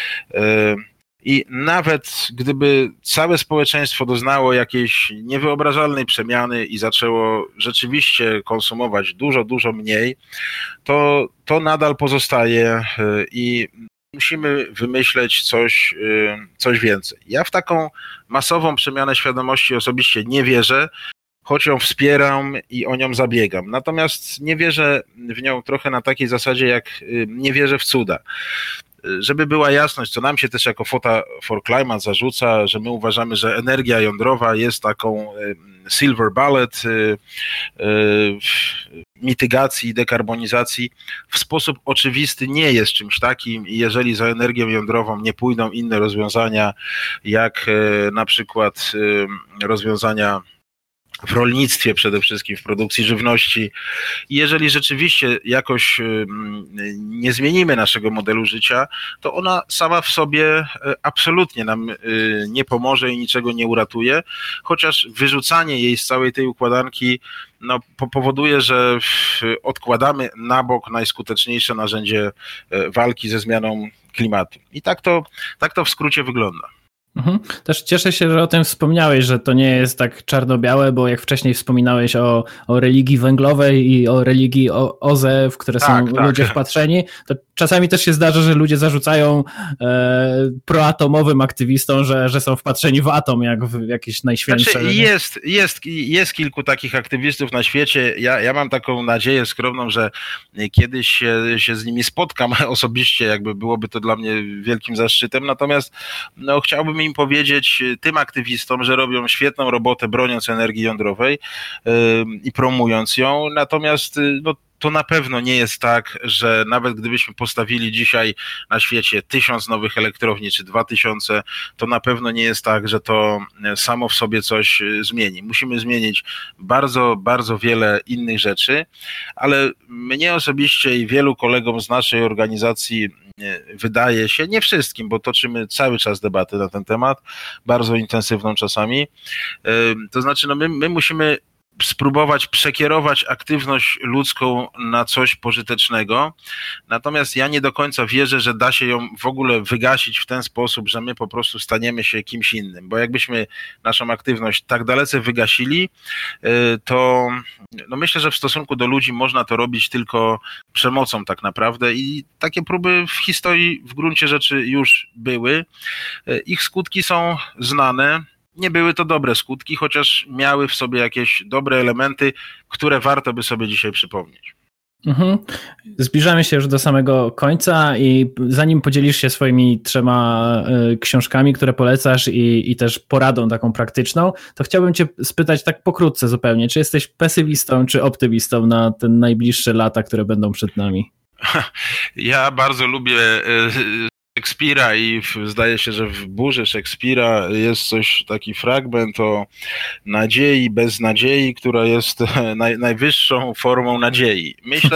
I nawet gdyby całe społeczeństwo doznało jakiejś niewyobrażalnej przemiany i zaczęło rzeczywiście konsumować dużo mniej, to nadal pozostaje i musimy wymyśleć coś więcej. Ja w taką masową przemianę świadomości osobiście nie wierzę, choć ją wspieram i o nią zabiegam. Natomiast nie wierzę w nią trochę na takiej zasadzie, jak nie wierzę w cuda. Żeby była jasność, co nam się też jako Fota for Climate zarzuca, że my uważamy, że energia jądrowa jest taką silver bullet mitygacji i dekarbonizacji, w sposób oczywisty nie jest czymś takim i jeżeli za energią jądrową nie pójdą inne rozwiązania, jak na przykład rozwiązania w rolnictwie przede wszystkim, w produkcji żywności. I jeżeli rzeczywiście jakoś nie zmienimy naszego modelu życia, to ona sama w sobie absolutnie nam nie pomoże i niczego nie uratuje, chociaż wyrzucanie jej z całej tej układanki powoduje, że odkładamy na bok najskuteczniejsze narzędzie walki ze zmianą klimatu. I tak to w skrócie wygląda. Też cieszę się, że o tym wspomniałeś, że to nie jest tak czarno-białe, bo jak wcześniej wspominałeś o religii węglowej i o religii OZE, w które są ludzie wpatrzeni, to czasami też się zdarza, że ludzie zarzucają proatomowym aktywistom, że są wpatrzeni w atom, jak w jakieś najświętsze. Znaczy jest kilku takich aktywistów na świecie. Ja mam taką nadzieję skromną, że kiedyś się z nimi spotkam osobiście, jakby byłoby to dla mnie wielkim zaszczytem. Natomiast chciałbym im powiedzieć, tym aktywistom, że robią świetną robotę broniąc energii jądrowej i promując ją. Natomiast to na pewno nie jest tak, że nawet gdybyśmy postawili dzisiaj na świecie 1000 nowych elektrowni czy 2000, to na pewno nie jest tak, że to samo w sobie coś zmieni. Musimy zmienić bardzo wiele innych rzeczy, ale mnie osobiście i wielu kolegom z naszej organizacji wydaje się, nie wszystkim, bo toczymy cały czas debatę na ten temat, bardzo intensywną czasami, to znaczy my musimy spróbować przekierować aktywność ludzką na coś pożytecznego, natomiast ja nie do końca wierzę, że da się ją w ogóle wygasić w ten sposób, że my po prostu staniemy się kimś innym, bo jakbyśmy naszą aktywność tak dalece wygasili, to myślę, że w stosunku do ludzi można to robić tylko przemocą tak naprawdę i takie próby w historii w gruncie rzeczy już były. Ich skutki są znane. Nie były to dobre skutki, chociaż miały w sobie jakieś dobre elementy, które warto by sobie dzisiaj przypomnieć. Zbliżamy się już do samego końca i zanim podzielisz się swoimi 3 książkami, które polecasz i też poradą taką praktyczną, to chciałbym cię spytać tak pokrótce zupełnie, czy jesteś pesymistą czy optymistą na te najbliższe lata, które będą przed nami? Ja bardzo lubię Szekspira i zdaje się, że w Burzy Szekspira jest taki fragment o nadziei bez nadziei, która jest najwyższą formą nadziei.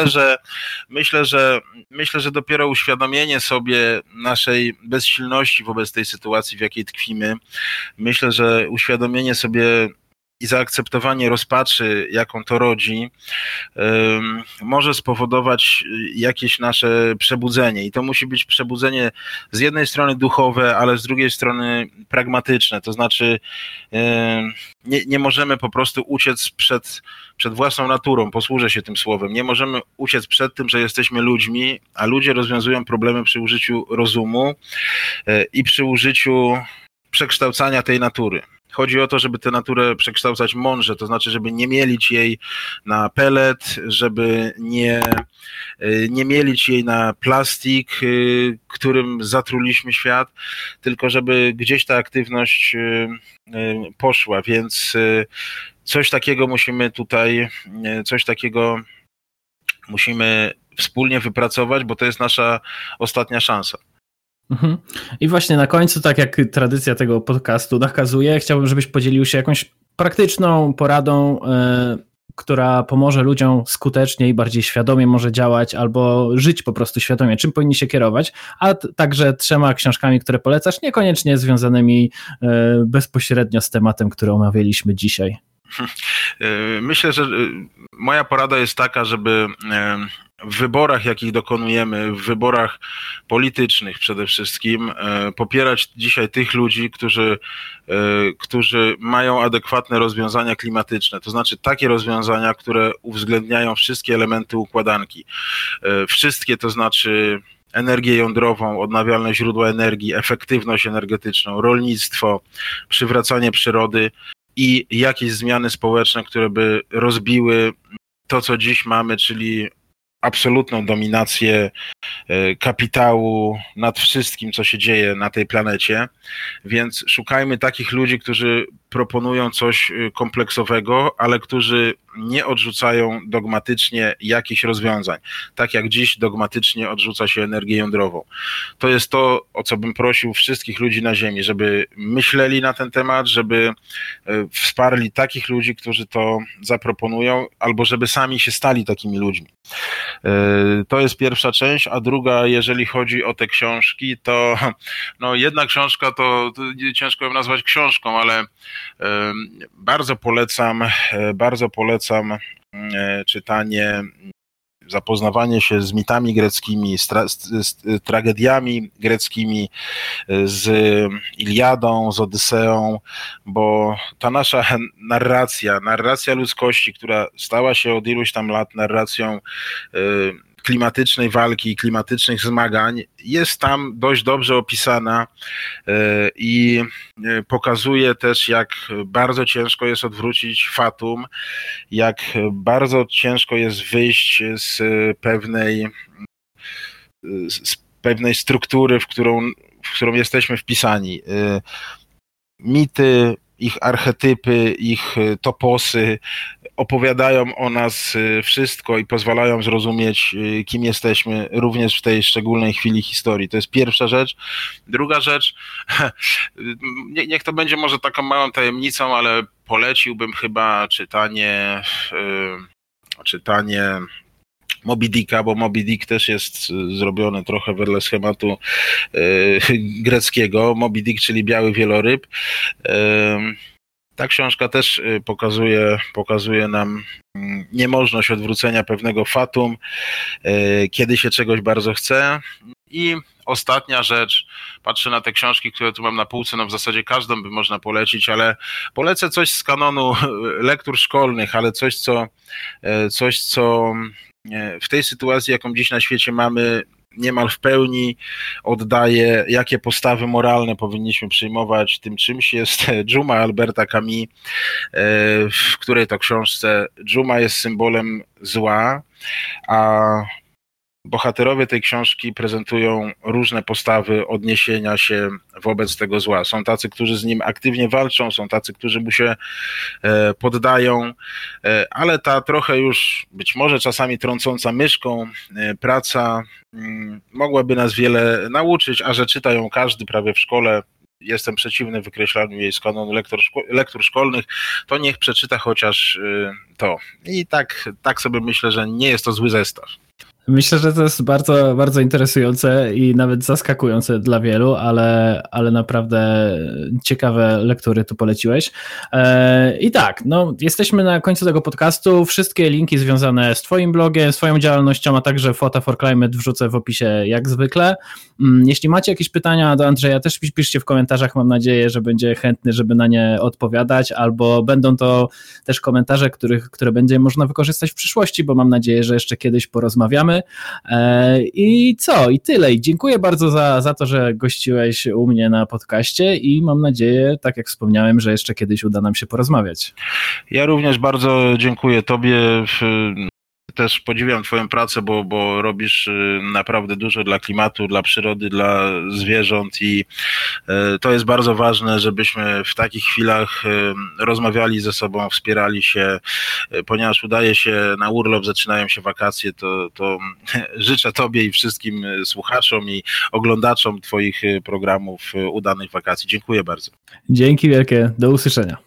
Myślę, że dopiero uświadomienie sobie naszej bezsilności wobec tej sytuacji, w jakiej tkwimy, myślę, że uświadomienie sobie i zaakceptowanie rozpaczy, jaką to rodzi, może spowodować jakieś nasze przebudzenie. I to musi być przebudzenie z jednej strony duchowe, ale z drugiej strony pragmatyczne. To znaczy nie możemy po prostu uciec przed własną naturą, posłużę się tym słowem. Nie możemy uciec przed tym, że jesteśmy ludźmi, a ludzie rozwiązują problemy przy użyciu rozumu i przy użyciu przekształcania tej natury. Chodzi o to, żeby tę naturę przekształcać mądrze, to znaczy, żeby nie mielić jej na pelet, żeby nie mielić jej na plastik, którym zatruliśmy świat, tylko żeby gdzieś ta aktywność poszła, więc coś takiego musimy wspólnie wypracować, bo to jest nasza ostatnia szansa. Mhm. I właśnie na końcu, tak jak tradycja tego podcastu nakazuje, chciałbym, żebyś podzielił się jakąś praktyczną poradą, która pomoże ludziom skutecznie i bardziej świadomie może działać albo żyć po prostu świadomie, czym powinni się kierować, a także 3 książkami, które polecasz, niekoniecznie związanymi bezpośrednio z tematem, który omawialiśmy dzisiaj. Myślę, że moja porada jest taka, żeby w wyborach, jakich dokonujemy, w wyborach politycznych przede wszystkim, popierać dzisiaj tych ludzi, którzy mają adekwatne rozwiązania klimatyczne, to znaczy takie rozwiązania, które uwzględniają wszystkie elementy układanki. Wszystkie, to znaczy energię jądrową, odnawialne źródła energii, efektywność energetyczną, rolnictwo, przywracanie przyrody i jakieś zmiany społeczne, które by rozbiły to, co dziś mamy, czyli absolutną dominację kapitału nad wszystkim, co się dzieje na tej planecie, więc szukajmy takich ludzi, którzy proponują coś kompleksowego, ale którzy nie odrzucają dogmatycznie jakichś rozwiązań, tak jak dziś dogmatycznie odrzuca się energię jądrową. To jest to, o co bym prosił wszystkich ludzi na Ziemi, żeby myśleli na ten temat, żeby wsparli takich ludzi, którzy to zaproponują, albo żeby sami się stali takimi ludźmi. To jest pierwsza część, a druga, jeżeli chodzi o te książki, to no jedna książka to ciężko ją nazwać książką, ale bardzo polecam czytanie, zapoznawanie się z mitami greckimi, z tragediami greckimi, z Iliadą, z Odyseą, bo ta nasza narracja ludzkości, która stała się od iluś tam lat narracją klimatycznej walki i klimatycznych zmagań, jest tam dość dobrze opisana i pokazuje też, jak bardzo ciężko jest odwrócić fatum, jak bardzo ciężko jest wyjść z pewnej struktury, w którą jesteśmy wpisani. Mity, ich archetypy, ich toposy opowiadają o nas wszystko i pozwalają zrozumieć, kim jesteśmy, również w tej szczególnej chwili historii. To jest pierwsza rzecz. Druga rzecz, niech to będzie może taką małą tajemnicą, ale poleciłbym chyba czytanie Moby Dicka, bo Moby Dick też jest zrobiony trochę wedle schematu greckiego. Moby Dick, czyli biały wieloryb. Ta książka też pokazuje nam niemożność odwrócenia pewnego fatum, kiedy się czegoś bardzo chce. I ostatnia rzecz, patrzę na te książki, które tu mam na półce, no w zasadzie każdą by można polecić, ale polecę coś z kanonu lektur szkolnych, ale coś, co w tej sytuacji, jaką dziś na świecie mamy, niemal w pełni oddaje, jakie postawy moralne powinniśmy przyjmować. Tym czymś jest Dżuma Alberta Camus, w której to książce Dżuma jest symbolem zła, a bohaterowie tej książki prezentują różne postawy odniesienia się wobec tego zła. Są tacy, którzy z nim aktywnie walczą, są tacy, którzy mu się poddają, ale ta trochę już być może czasami trącąca myszką praca mogłaby nas wiele nauczyć, a że czyta ją każdy prawie w szkole. Jestem przeciwny wykreślaniu jej z kanonu lektur szkolnych, to niech przeczyta chociaż to. I tak sobie myślę, że nie jest to zły zestaw. Myślę, że to jest bardzo, bardzo interesujące i nawet zaskakujące dla wielu, ale naprawdę ciekawe lektury tu poleciłeś. I tak, no, jesteśmy na końcu tego podcastu. Wszystkie linki związane z twoim blogiem, swoją działalnością, a także Fota for Climate wrzucę w opisie jak zwykle. Jeśli macie jakieś pytania do Andrzeja, też piszcie w komentarzach. Mam nadzieję, że będzie chętny, żeby na nie odpowiadać, albo będą to też komentarze, które będzie można wykorzystać w przyszłości, bo mam nadzieję, że jeszcze kiedyś porozmawiamy. I co? I tyle. I dziękuję bardzo za to, że gościłeś u mnie na podcaście i mam nadzieję, tak jak wspomniałem, że jeszcze kiedyś uda nam się porozmawiać. Ja również bardzo dziękuję tobie. Też podziwiam Twoją pracę, bo robisz naprawdę dużo dla klimatu, dla przyrody, dla zwierząt i to jest bardzo ważne, żebyśmy w takich chwilach rozmawiali ze sobą, wspierali się, ponieważ udaje się na urlop, zaczynają się wakacje, to życzę Tobie i wszystkim słuchaczom i oglądaczom Twoich programów udanych wakacji. Dziękuję bardzo. Dzięki wielkie, do usłyszenia.